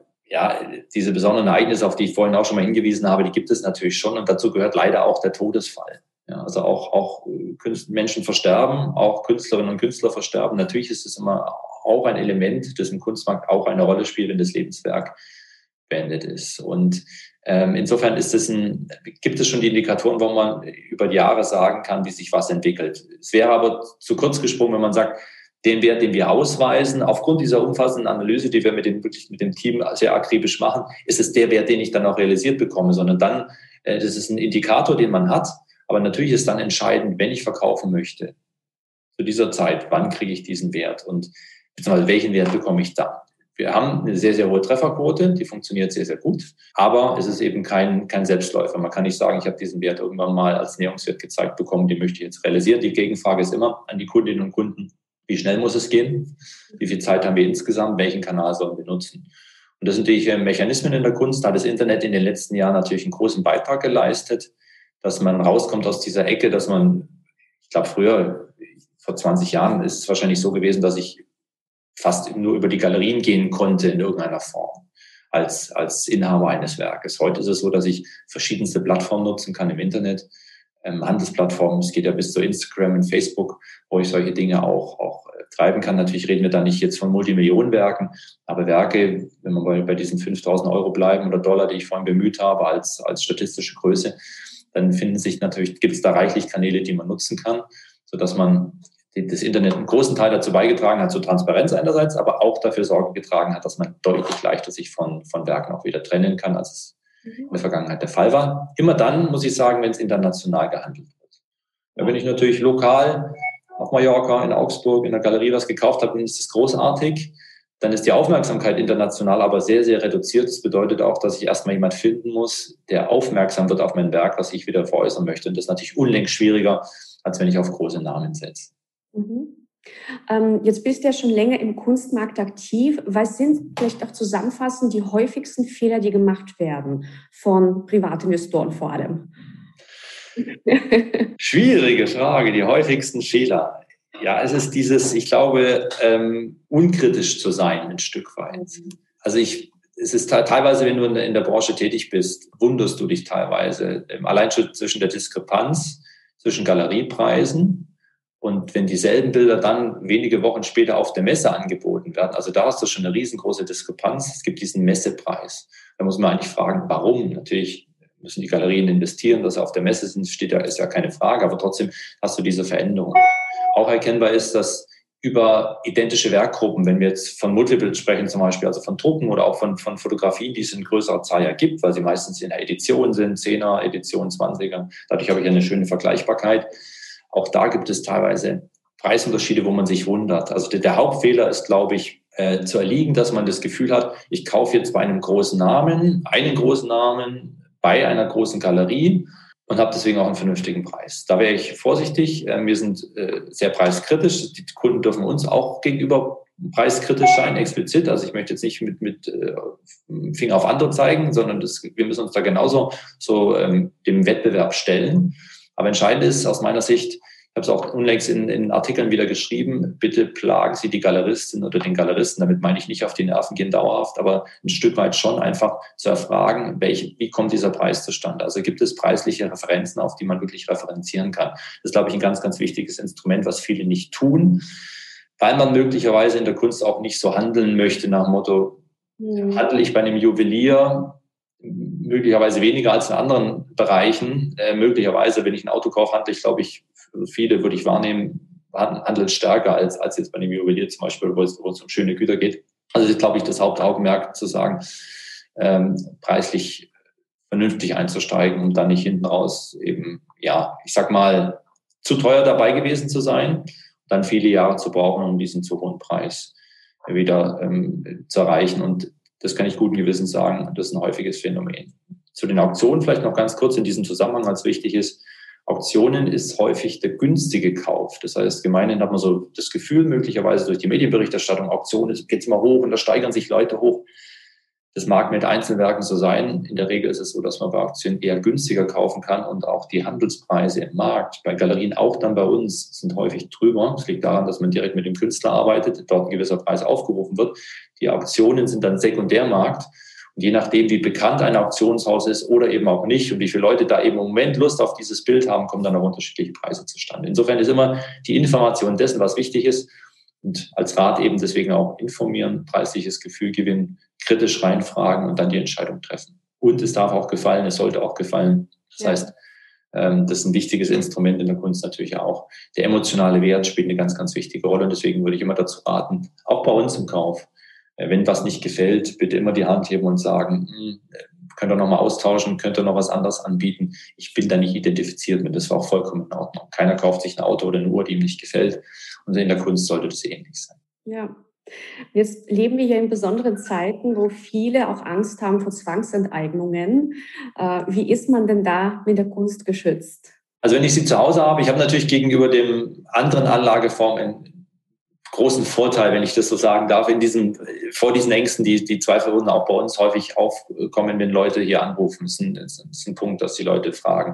diese besonderen Ereignisse, auf die ich vorhin auch schon mal hingewiesen habe, die gibt es natürlich schon. Und dazu gehört leider auch der Todesfall. Ja, also auch Menschen versterben, auch Künstlerinnen und Künstler versterben. Natürlich ist es immer auch ein Element, das im Kunstmarkt auch eine Rolle spielt, wenn das Lebenswerk beendet ist. Und insofern gibt es schon die Indikatoren, wo man über die Jahre sagen kann, wie sich was entwickelt. Es wäre aber zu kurz gesprungen, wenn man sagt, den Wert, den wir ausweisen, aufgrund dieser umfassenden Analyse, die wir mit dem Team sehr akribisch machen, ist es der Wert, den ich dann auch realisiert bekomme, sondern dann, das ist ein Indikator, den man hat, aber natürlich ist dann entscheidend, wenn ich verkaufen möchte, zu dieser Zeit, wann kriege ich diesen Wert und beziehungsweise welchen Wert bekomme ich dann? Wir haben eine sehr, sehr hohe Trefferquote, die funktioniert sehr, sehr gut, aber es ist eben kein Selbstläufer. Man kann nicht sagen, ich habe diesen Wert irgendwann mal als Näherungswert gezeigt bekommen, den möchte ich jetzt realisieren. Die Gegenfrage ist immer an die Kundinnen und Kunden, wie schnell muss es gehen? Wie viel Zeit haben wir insgesamt? Welchen Kanal sollen wir nutzen? Und das sind natürlich Mechanismen in der Kunst. Da hat das Internet in den letzten Jahren natürlich einen großen Beitrag geleistet, dass man rauskommt aus dieser Ecke, dass man, ich glaube früher, vor 20 Jahren ist es wahrscheinlich so gewesen, dass ich fast nur über die Galerien gehen konnte in irgendeiner Form als Inhaber eines Werkes. Heute ist es so, dass ich verschiedenste Plattformen nutzen kann im Internet. Handelsplattformen, es geht ja bis zu Instagram und Facebook, wo ich solche Dinge auch treiben kann. Natürlich reden wir da nicht jetzt von Multimillionenwerken, aber Werke, wenn wir bei diesen 5.000 Euro bleiben oder Dollar, die ich vorhin bemüht habe als statistische Größe, dann gibt es da reichlich Kanäle, die man nutzen kann, sodass man das Internet einen großen Teil dazu beigetragen hat, zur Transparenz einerseits, aber auch dafür Sorge getragen hat, dass man deutlich leichter sich von Werken auch wieder trennen kann, als es in der Vergangenheit der Fall war. Immer dann, muss ich sagen, wenn es international gehandelt wird. Wenn ich natürlich lokal auf Mallorca, in Augsburg, in der Galerie was gekauft habe, dann ist das großartig. Dann ist die Aufmerksamkeit international aber sehr, sehr reduziert. Das bedeutet auch, dass ich erstmal jemand finden muss, der aufmerksam wird auf mein Werk, was ich wieder veräußern möchte. Und das ist natürlich unlängst schwieriger, als wenn ich auf große Namen setze. Jetzt bist du ja schon länger im Kunstmarkt aktiv. Was sind vielleicht auch zusammenfassend die häufigsten Fehler, die gemacht werden von Privatinvestoren vor allem? Schwierige Frage, die häufigsten Fehler. Ja, es ist ich glaube, unkritisch zu sein ein Stück weit. Also es ist teilweise, wenn du in der Branche tätig bist, wunderst du dich teilweise. Allein schon zwischen der Diskrepanz zwischen Galeriepreisen und wenn dieselben Bilder dann wenige Wochen später auf der Messe angeboten werden. Also da hast du schon eine riesengroße Diskrepanz. Es gibt diesen Messepreis. Da muss man eigentlich fragen, warum? Natürlich müssen die Galerien investieren, dass sie auf der Messe sind, ist ja keine Frage, aber trotzdem hast du diese Veränderung. Auch erkennbar ist, dass über identische Werkgruppen, wenn wir jetzt von Multiple sprechen zum Beispiel, also von Drucken oder auch von Fotografien, die es in größerer Zahl ja gibt, weil sie meistens in der Edition sind, 10er, Edition, 20er. Dadurch habe ich eine schöne Vergleichbarkeit. Auch da gibt es teilweise Preisunterschiede, wo man sich wundert. Also der Hauptfehler ist, glaube ich, zu erliegen, dass man das Gefühl hat, ich kaufe jetzt bei einem großen Namen, einen großen Namen, bei einer großen Galerie und habe deswegen auch einen vernünftigen Preis. Da wäre ich vorsichtig. Wir sind sehr preiskritisch. Die Kunden dürfen uns auch gegenüber preiskritisch sein, explizit. Also ich möchte jetzt nicht mit Finger auf andere zeigen, sondern wir müssen uns da genauso dem Wettbewerb stellen. Aber entscheidend ist aus meiner Sicht, ich habe es auch unlängst in Artikeln wieder geschrieben, bitte plagen Sie die Galeristin oder den Galeristen, damit meine ich nicht auf die Nerven gehen dauerhaft, aber ein Stück weit schon einfach zu erfragen, wie kommt dieser Preis zustande? Also gibt es preisliche Referenzen, auf die man wirklich referenzieren kann? Das ist, glaube ich, ein ganz, ganz wichtiges Instrument, was viele nicht tun, weil man möglicherweise in der Kunst auch nicht so handeln möchte nach dem Motto, handle ich bei einem Juwelier möglicherweise weniger als in anderen Bereichen. Möglicherweise, wenn ich ein Auto kaufe, handle ich, glaube ich, viele würde ich wahrnehmen, handeln stärker als jetzt bei einem Juwelier zum Beispiel, wo es um schöne Güter geht. Also das ist, glaube ich, das Hauptaugenmerk zu sagen, preislich vernünftig einzusteigen, um dann nicht hinten raus eben, ja, ich sag mal, zu teuer dabei gewesen zu sein, dann viele Jahre zu brauchen, um diesen zu hohen Preis wieder zu erreichen. Und das kann ich guten Gewissens sagen, das ist ein häufiges Phänomen. Zu den Auktionen vielleicht noch ganz kurz in diesem Zusammenhang, als wichtig ist, Auktionen ist häufig der günstige Kauf. Das heißt, gemeinhin hat man so das Gefühl, möglicherweise durch die Medienberichterstattung, Auktionen geht es mal hoch und da steigern sich Leute hoch. Das mag mit Einzelwerken so sein. In der Regel ist es so, dass man bei Auktionen eher günstiger kaufen kann und auch die Handelspreise im Markt, bei Galerien auch dann bei uns, sind häufig drüber. Das liegt daran, dass man direkt mit dem Künstler arbeitet, dort ein gewisser Preis aufgerufen wird. Die Auktionen sind dann Sekundärmarkt. Und je nachdem, wie bekannt ein Auktionshaus ist oder eben auch nicht und wie viele Leute da eben im Moment Lust auf dieses Bild haben, kommen dann auch unterschiedliche Preise zustande. Insofern ist immer die Information dessen, was wichtig ist. Und als Rat eben deswegen auch informieren, preisliches Gefühl gewinnen, kritisch reinfragen und dann die Entscheidung treffen. Und es darf auch gefallen, es sollte auch gefallen. Das heißt, das ist ein wichtiges Instrument in der Kunst natürlich auch. Der emotionale Wert spielt eine ganz, ganz wichtige Rolle. Und deswegen würde ich immer dazu raten, auch bei uns im Kauf, wenn was nicht gefällt, bitte immer die Hand heben und sagen, könnt ihr noch mal austauschen, könnt ihr noch was anderes anbieten. Ich bin da nicht identifiziert mit, das war auch vollkommen in Ordnung. Keiner kauft sich ein Auto oder eine Uhr, die ihm nicht gefällt. Und in der Kunst sollte das ähnlich sein. Ja. Jetzt leben wir hier in besonderen Zeiten, wo viele auch Angst haben vor Zwangsenteignungen. Wie ist man denn da mit der Kunst geschützt? Also wenn ich sie zu Hause habe, ich habe natürlich gegenüber den anderen Anlageformen einen großen Vorteil, wenn ich das so sagen darf, vor diesen Ängsten, die zweifelsohne auch bei uns häufig aufkommen, wenn Leute hier anrufen. Das ist ein Punkt, dass die Leute fragen.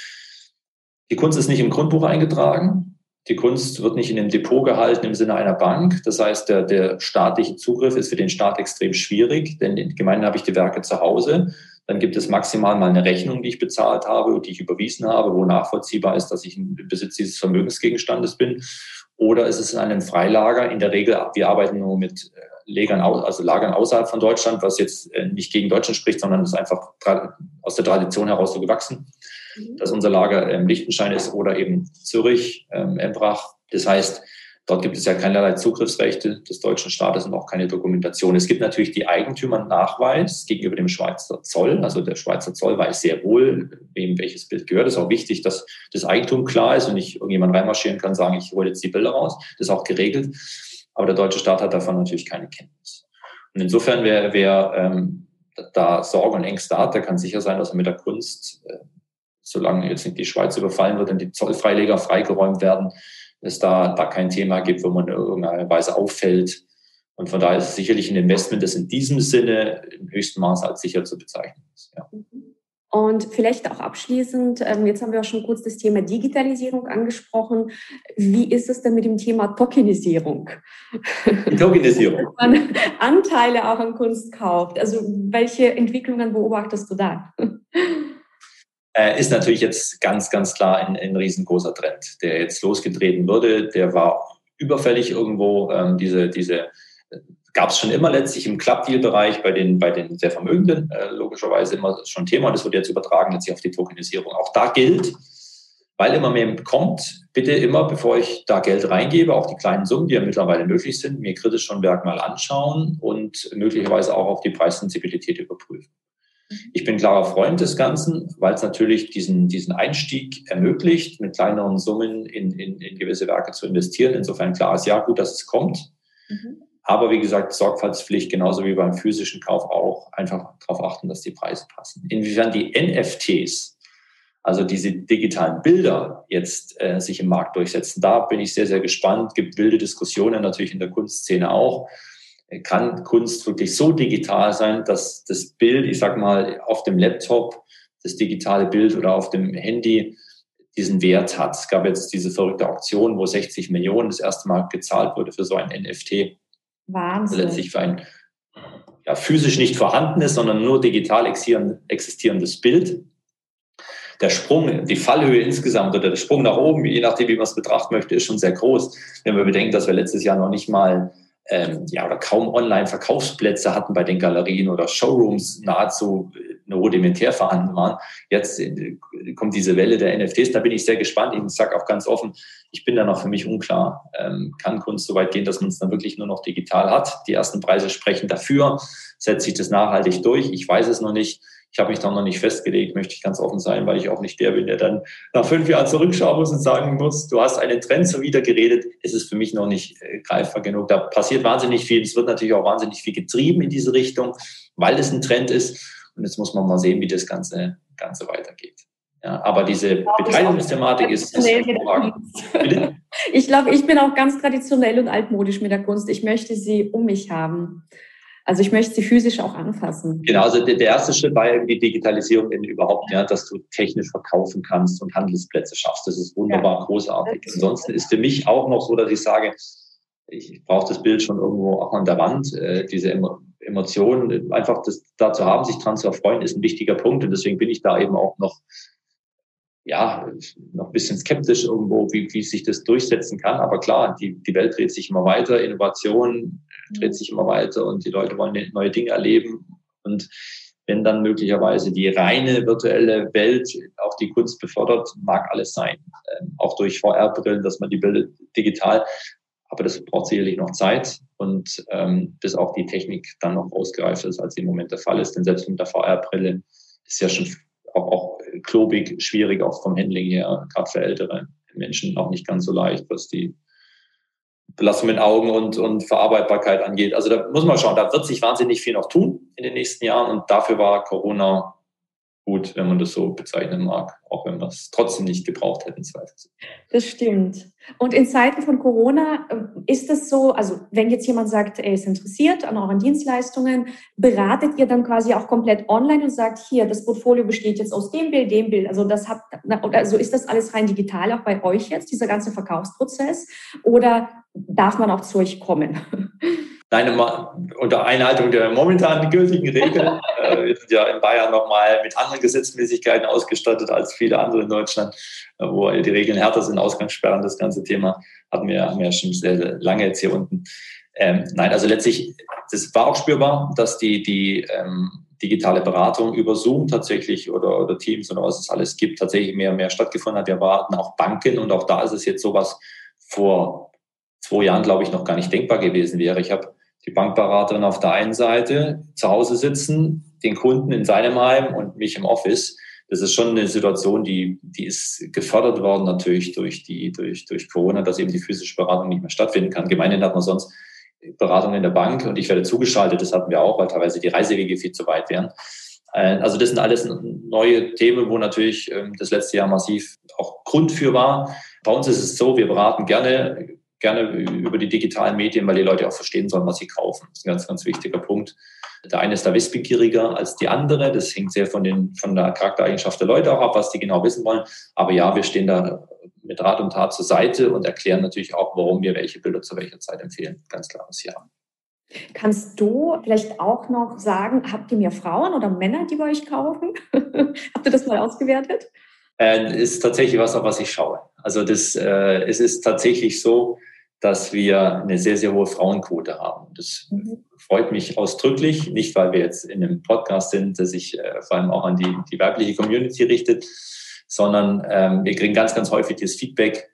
Die Kunst ist nicht im Grundbuch eingetragen. Die Kunst wird nicht in einem Depot gehalten im Sinne einer Bank. Das heißt, der staatliche Zugriff ist für den Staat extrem schwierig, denn gemeinhin habe ich die Werke zu Hause. Dann gibt es maximal mal eine Rechnung, die ich bezahlt habe, die ich überwiesen habe, wo nachvollziehbar ist, dass ich im Besitz dieses Vermögensgegenstandes bin. Oder ist es in einem Freilager? In der Regel, wir arbeiten nur mit Lagern außerhalb von Deutschland, was jetzt nicht gegen Deutschland spricht, sondern ist einfach aus der Tradition heraus so gewachsen, dass unser Lager Liechtenstein ist oder eben Zürich, Embrach. Das heißt, dort gibt es ja keinerlei Zugriffsrechte des deutschen Staates und auch keine Dokumentation. Es gibt natürlich die Eigentümernachweis gegenüber dem Schweizer Zoll. Also der Schweizer Zoll weiß sehr wohl, wem welches Bild gehört. Es ist auch wichtig, dass das Eigentum klar ist und nicht irgendjemand reinmarschieren kann, sagen, ich hole jetzt die Bilder raus. Das ist auch geregelt. Aber der deutsche Staat hat davon natürlich keine Kenntnis. Und insofern, wer da Sorge und Ängste hat, der kann sicher sein, dass er mit der Kunst, solange jetzt nicht die Schweiz überfallen wird und die Zollfreileger freigeräumt werden, es da kein Thema gibt, wo man in irgendeiner Weise auffällt. Und von daher ist es sicherlich ein Investment, das in diesem Sinne im höchsten Maße als sicher zu bezeichnen ist. Ja. Und vielleicht auch abschließend, jetzt haben wir auch schon kurz das Thema Digitalisierung angesprochen. Wie ist es denn mit dem Thema Tokenisierung? Die Tokenisierung. Dass man Anteile auch an Kunst kauft. Also welche Entwicklungen beobachtest du da? Ist natürlich jetzt ganz, ganz klar ein riesengroßer Trend, der jetzt losgetreten wurde. Der war überfällig irgendwo. Diese gab es schon immer letztlich im Club-Deal-Bereich bei den sehr Vermögenden, logischerweise immer schon Thema. Und das wird jetzt übertragen letztlich auf die Tokenisierung. Auch da gilt, weil immer mehr kommt, bitte immer, bevor ich da Geld reingebe, auch die kleinen Summen, die ja mittlerweile möglich sind, mir kritisch schon Werk mal anschauen und möglicherweise auch auf die Preissensibilität überprüfen. Ich bin klarer Freund des Ganzen, weil es natürlich diesen Einstieg ermöglicht, mit kleineren Summen in gewisse Werke zu investieren. Insofern klar ist ja gut, dass es kommt. Mhm. Aber wie gesagt, Sorgfaltspflicht, genauso wie beim physischen Kauf auch, einfach darauf achten, dass die Preise passen. Inwiefern die NFTs, also diese digitalen Bilder, jetzt sich im Markt durchsetzen, da bin ich sehr, sehr gespannt. Es gibt wilde Diskussionen natürlich in der Kunstszene auch. Kann Kunst wirklich so digital sein, dass das Bild, ich sag mal, auf dem Laptop, das digitale Bild oder auf dem Handy diesen Wert hat? Es gab jetzt diese verrückte Auktion, wo 60 Millionen das erste Mal gezahlt wurde für so ein NFT. Wahnsinn. Also letztlich für ein physisch nicht vorhandenes, sondern nur digital existierendes Bild. Der Sprung, die Fallhöhe insgesamt oder der Sprung nach oben, je nachdem, wie man es betrachten möchte, ist schon sehr groß. Wenn wir bedenken, dass wir letztes Jahr noch nicht mal oder kaum Online-Verkaufsplätze hatten bei den Galerien oder Showrooms nahezu nur rudimentär vorhanden waren. Jetzt kommt diese Welle der NFTs, da bin ich sehr gespannt. Ich sage auch ganz offen, ich bin da noch für mich unklar. Kann Kunst so weit gehen, dass man es dann wirklich nur noch digital hat? Die ersten Preise sprechen dafür. Setzt sich das nachhaltig durch? Ich weiß es noch nicht. Ich habe mich da noch nicht festgelegt, möchte ich ganz offen sein, weil ich auch nicht der bin, der dann nach 5 Jahren zurückschauen muss und sagen muss, du hast einen Trend so wieder geredet. Es ist für mich noch nicht greifbar genug. Da passiert wahnsinnig viel. Es wird natürlich auch wahnsinnig viel getrieben in diese Richtung, weil es ein Trend ist. Und jetzt muss man mal sehen, wie das Ganze weitergeht. Ja, aber diese Beteiligungsthematik ist Bitte? Ich glaube, ich bin auch ganz traditionell und altmodisch mit der Kunst. Ich möchte sie um mich haben. Also ich möchte sie physisch auch anfassen. Genau, also der erste Schritt war eben die Digitalisierung überhaupt, dass du technisch verkaufen kannst und Handelsplätze schaffst. Das ist wunderbar, großartig. Ansonsten ist für mich auch noch so, dass ich sage, ich brauche das Bild schon irgendwo auch an der Wand. Diese Emotionen, einfach das da zu haben, sich dran zu erfreuen, ist ein wichtiger Punkt. Und deswegen bin ich da eben auch noch ein bisschen skeptisch irgendwo, wie sich das durchsetzen kann. Aber klar, die Welt dreht sich immer weiter, Innovation dreht sich immer weiter und die Leute wollen neue Dinge erleben. Und wenn dann möglicherweise die reine virtuelle Welt auch die Kunst befördert, mag alles sein. Auch durch VR-Brillen, dass man die Bilder digital, aber das braucht sicherlich noch Zeit und bis auch die Technik dann noch ausgereift ist, als im Moment der Fall ist. Denn selbst mit der VR-Brille ist ja schon auch klobig, schwierig, auch vom Handling her, gerade für ältere Menschen auch nicht ganz so leicht, was die Belastung mit Augen und Verarbeitbarkeit angeht. Also da muss man schauen, da wird sich wahnsinnig viel noch tun in den nächsten Jahren und dafür war Corona gut, wenn man das so bezeichnen mag, auch wenn wir es trotzdem nicht gebraucht hätten. Das stimmt. Und in Zeiten von Corona ist das so, also wenn jetzt jemand sagt, er ist interessiert an euren Dienstleistungen, beratet ihr dann quasi auch komplett online und sagt, hier, das Portfolio besteht jetzt aus dem Bild, also ist das alles rein digital auch bei euch jetzt, dieser ganze Verkaufsprozess, oder darf man auch zu euch kommen? Nein, unter Einhaltung der momentan gültigen Regeln. Wir sind ja in Bayern nochmal mit anderen Gesetzmäßigkeiten ausgestattet als viele andere in Deutschland, wo die Regeln härter sind, Ausgangssperren, das ganze Thema haben wir schon sehr, sehr lange jetzt hier unten. Nein, also letztlich, das war auch spürbar, dass die digitale Beratung über Zoom tatsächlich oder Teams oder was es alles gibt, tatsächlich mehr und mehr stattgefunden hat. Wir beraten auch Banken und auch da ist es jetzt so, was vor 2 Jahren, glaube ich, noch gar nicht denkbar gewesen wäre. Ich habe die Bankberaterin auf der einen Seite zu Hause sitzen, den Kunden in seinem Heim und mich im Office. Das ist schon eine Situation, die ist gefördert worden natürlich durch Corona, dass eben die physische Beratung nicht mehr stattfinden kann. Gemeinhin hat man sonst Beratung in der Bank und ich werde zugeschaltet. Das hatten wir auch, weil teilweise die Reisewege viel zu weit wären. Also das sind alles neue Themen, wo natürlich das letzte Jahr massiv auch Grund für war. Bei uns ist es so, wir beraten gerne über die digitalen Medien, weil die Leute auch verstehen sollen, was sie kaufen. Das ist ein ganz, ganz wichtiger Punkt. Der eine ist da wissbegieriger als die andere. Das hängt sehr von der Charaktereigenschaft der Leute auch ab, was die genau wissen wollen. Aber ja, wir stehen da mit Rat und Tat zur Seite und erklären natürlich auch, warum wir welche Bilder zu welcher Zeit empfehlen. Ganz klares Ja. Kannst du vielleicht auch noch sagen, habt ihr mehr Frauen oder Männer, die bei euch kaufen? Habt ihr das mal ausgewertet? Ist tatsächlich was, auf was ich schaue. Also es ist tatsächlich so, dass wir eine sehr, sehr hohe Frauenquote haben. Das freut mich ausdrücklich, nicht weil wir jetzt in einem Podcast sind, der sich vor allem auch an die weibliche Community richtet, sondern wir kriegen ganz, ganz häufig das Feedback.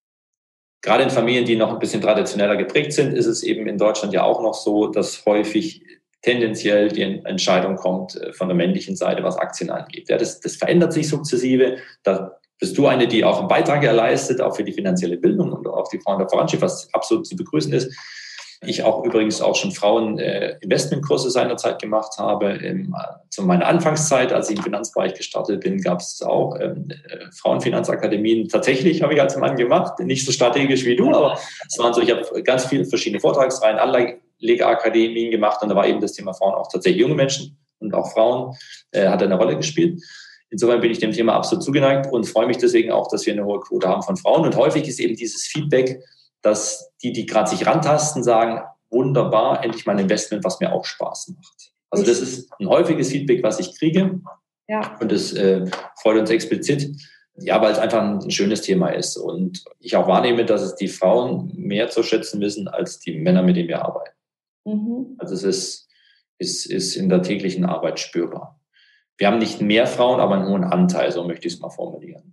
Gerade in Familien, die noch ein bisschen traditioneller geprägt sind, ist es eben in Deutschland ja auch noch so, dass häufig tendenziell die Entscheidung kommt von der männlichen Seite, was Aktien angeht. Ja, das verändert sich sukzessive. Da bist du eine, die auch einen Beitrag leistet, auch für die finanzielle Bildung und auch die Frauen der Voranschrift, was absolut zu begrüßen ist. Ich auch übrigens auch schon Frauen-Investmentkurse seinerzeit gemacht habe. Zu meiner Anfangszeit, als ich im Finanzbereich gestartet bin, gab es auch Frauenfinanzakademien. Tatsächlich habe ich als Mann gemacht, nicht so strategisch wie du, aber es waren so, ich habe ganz viele verschiedene Vortragsreihen, Anlegeakademien gemacht und da war eben das Thema Frauen auch tatsächlich junge Menschen und auch Frauen hat eine Rolle gespielt. Insofern bin ich dem Thema absolut zugeneigt und freue mich deswegen auch, dass wir eine hohe Quote haben von Frauen. Und häufig ist eben dieses Feedback, dass die gerade sich rantasten, sagen, wunderbar, endlich mal ein Investment, was mir auch Spaß macht. Also das ist ein häufiges Feedback, was ich kriege. Ja. Und das freut uns explizit. Ja, weil es einfach ein schönes Thema ist. Und ich auch wahrnehme, dass es die Frauen mehr zu schätzen wissen als die Männer, mit denen wir arbeiten. Also es ist in der täglichen Arbeit spürbar. Wir haben nicht mehr Frauen, aber einen hohen Anteil, so möchte ich es mal formulieren,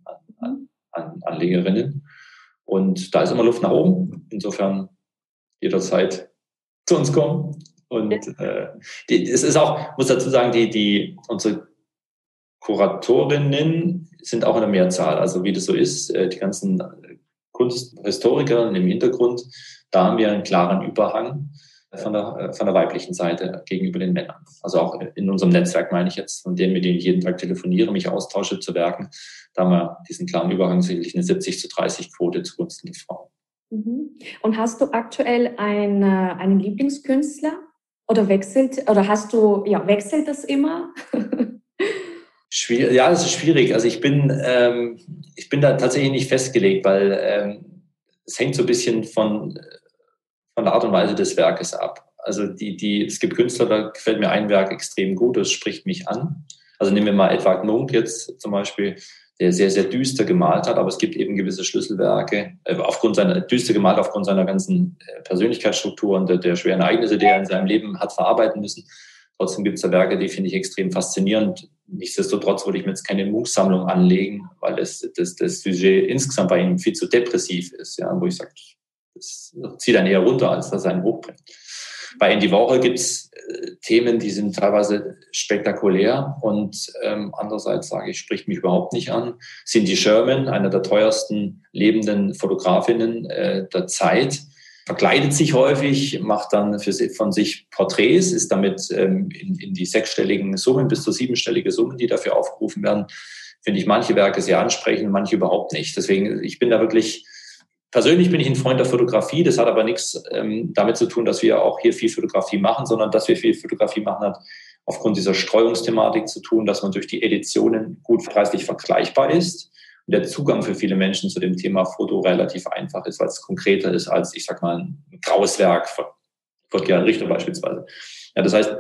an Anlegerinnen. Und da ist immer Luft nach oben. Insofern jederzeit zu uns kommen. Und es ist auch, muss dazu sagen, unsere Kuratorinnen sind auch in der Mehrzahl. Also wie das so ist, die ganzen Kunsthistoriker im Hintergrund, da haben wir einen klaren Überhang von der weiblichen Seite gegenüber den Männern. Also auch in unserem Netzwerk, meine ich jetzt, von denen, mit denen ich jeden Tag telefoniere, mich austausche zu Werken, da haben wir diesen klaren Überhang, sicherlich eine 70-30 Quote zugunsten der Frauen. Und hast du aktuell einen Lieblingskünstler oder wechselt das immer? Ja, das ist schwierig. Also ich bin da tatsächlich nicht festgelegt, weil es hängt so ein bisschen von der Art und Weise des Werkes ab. Also es gibt Künstler, da gefällt mir ein Werk extrem gut, das spricht mich an. Also nehmen wir mal Edvard Munch jetzt zum Beispiel, der sehr, sehr düster gemalt hat, aber es gibt eben gewisse Schlüsselwerke, düster gemalt aufgrund seiner ganzen Persönlichkeitsstruktur und der schweren Ereignisse, die er in seinem Leben hat verarbeiten müssen. Trotzdem gibt es da Werke, die finde ich extrem faszinierend. Nichtsdestotrotz würde ich mir jetzt keine Munch-Sammlung anlegen, weil das Sujet insgesamt bei ihm viel zu depressiv ist, ja, wo ich sage, das zieht einen eher runter, als dass er einen hochbringt. Bei Andy Warhol gibt es Themen, die sind teilweise spektakulär und andererseits sage ich, spricht mich überhaupt nicht an. Cindy Sherman, eine der teuersten lebenden Fotografinnen der Zeit, verkleidet sich häufig, macht dann von sich Porträts, ist damit in die sechsstelligen Summen, bis zu siebenstellige Summen, die dafür aufgerufen werden, finde ich manche Werke sehr ansprechend, manche überhaupt nicht. Deswegen, persönlich bin ich ein Freund der Fotografie. Das hat aber nichts damit zu tun, dass wir auch hier viel Fotografie machen, sondern dass wir viel Fotografie machen, hat aufgrund dieser Streuungsthematik zu tun, dass man durch die Editionen gut preislich vergleichbar ist und der Zugang für viele Menschen zu dem Thema Foto relativ einfach ist, weil es konkreter ist als, ich sag mal, ein graues Werk von Gerhard Richter beispielsweise. Ja, das heißt,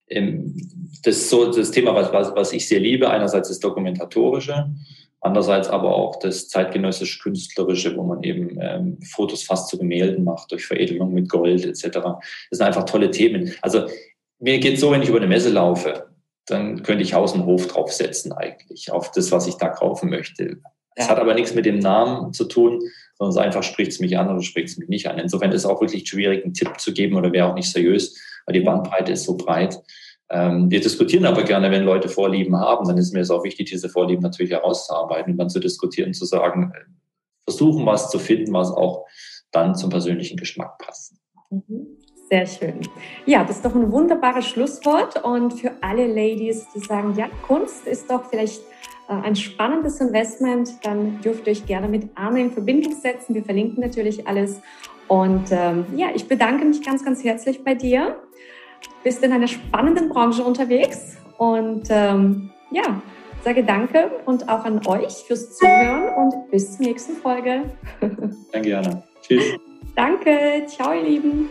das ist so das Thema, was ich sehr liebe. Einerseits das Dokumentatorische, andererseits aber auch das zeitgenössisch-künstlerische, wo man eben Fotos fast zu Gemälden macht, durch Veredelung mit Gold etc. Das sind einfach tolle Themen. Also mir geht es so, wenn ich über eine Messe laufe, dann könnte ich Haus und Hof draufsetzen eigentlich, auf das, was ich da kaufen möchte. Es hat aber nichts mit dem Namen zu tun, sondern einfach spricht es mich an oder spricht es mich nicht an. Insofern ist es auch wirklich schwierig, einen Tipp zu geben oder wäre auch nicht seriös, weil die Bandbreite ist so breit. Wir diskutieren aber gerne, wenn Leute Vorlieben haben, dann ist mir es auch wichtig, diese Vorlieben natürlich herauszuarbeiten und dann zu diskutieren, zu sagen, versuchen was zu finden, was auch dann zum persönlichen Geschmack passt. Sehr schön. Ja, das ist doch ein wunderbares Schlusswort und für alle Ladies, die sagen, ja, Kunst ist doch vielleicht ein spannendes Investment, dann dürft ihr euch gerne mit Arne in Verbindung setzen. Wir verlinken natürlich alles und ich bedanke mich ganz, ganz herzlich bei dir. bist in einer spannenden Branche unterwegs und sage danke und auch an euch fürs Zuhören und bis zur nächsten Folge. Danke, Jana. Tschüss. Danke. Ciao, ihr Lieben.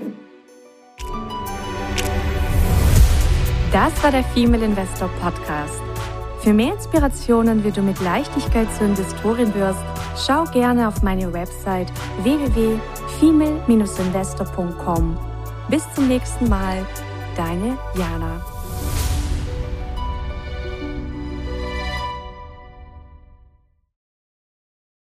Das war der Female Investor Podcast. Für mehr Inspirationen, wie du mit Leichtigkeit zur Investorin wirst, schau gerne auf meine Website www.female-investor.com. Bis zum nächsten Mal, deine Jana.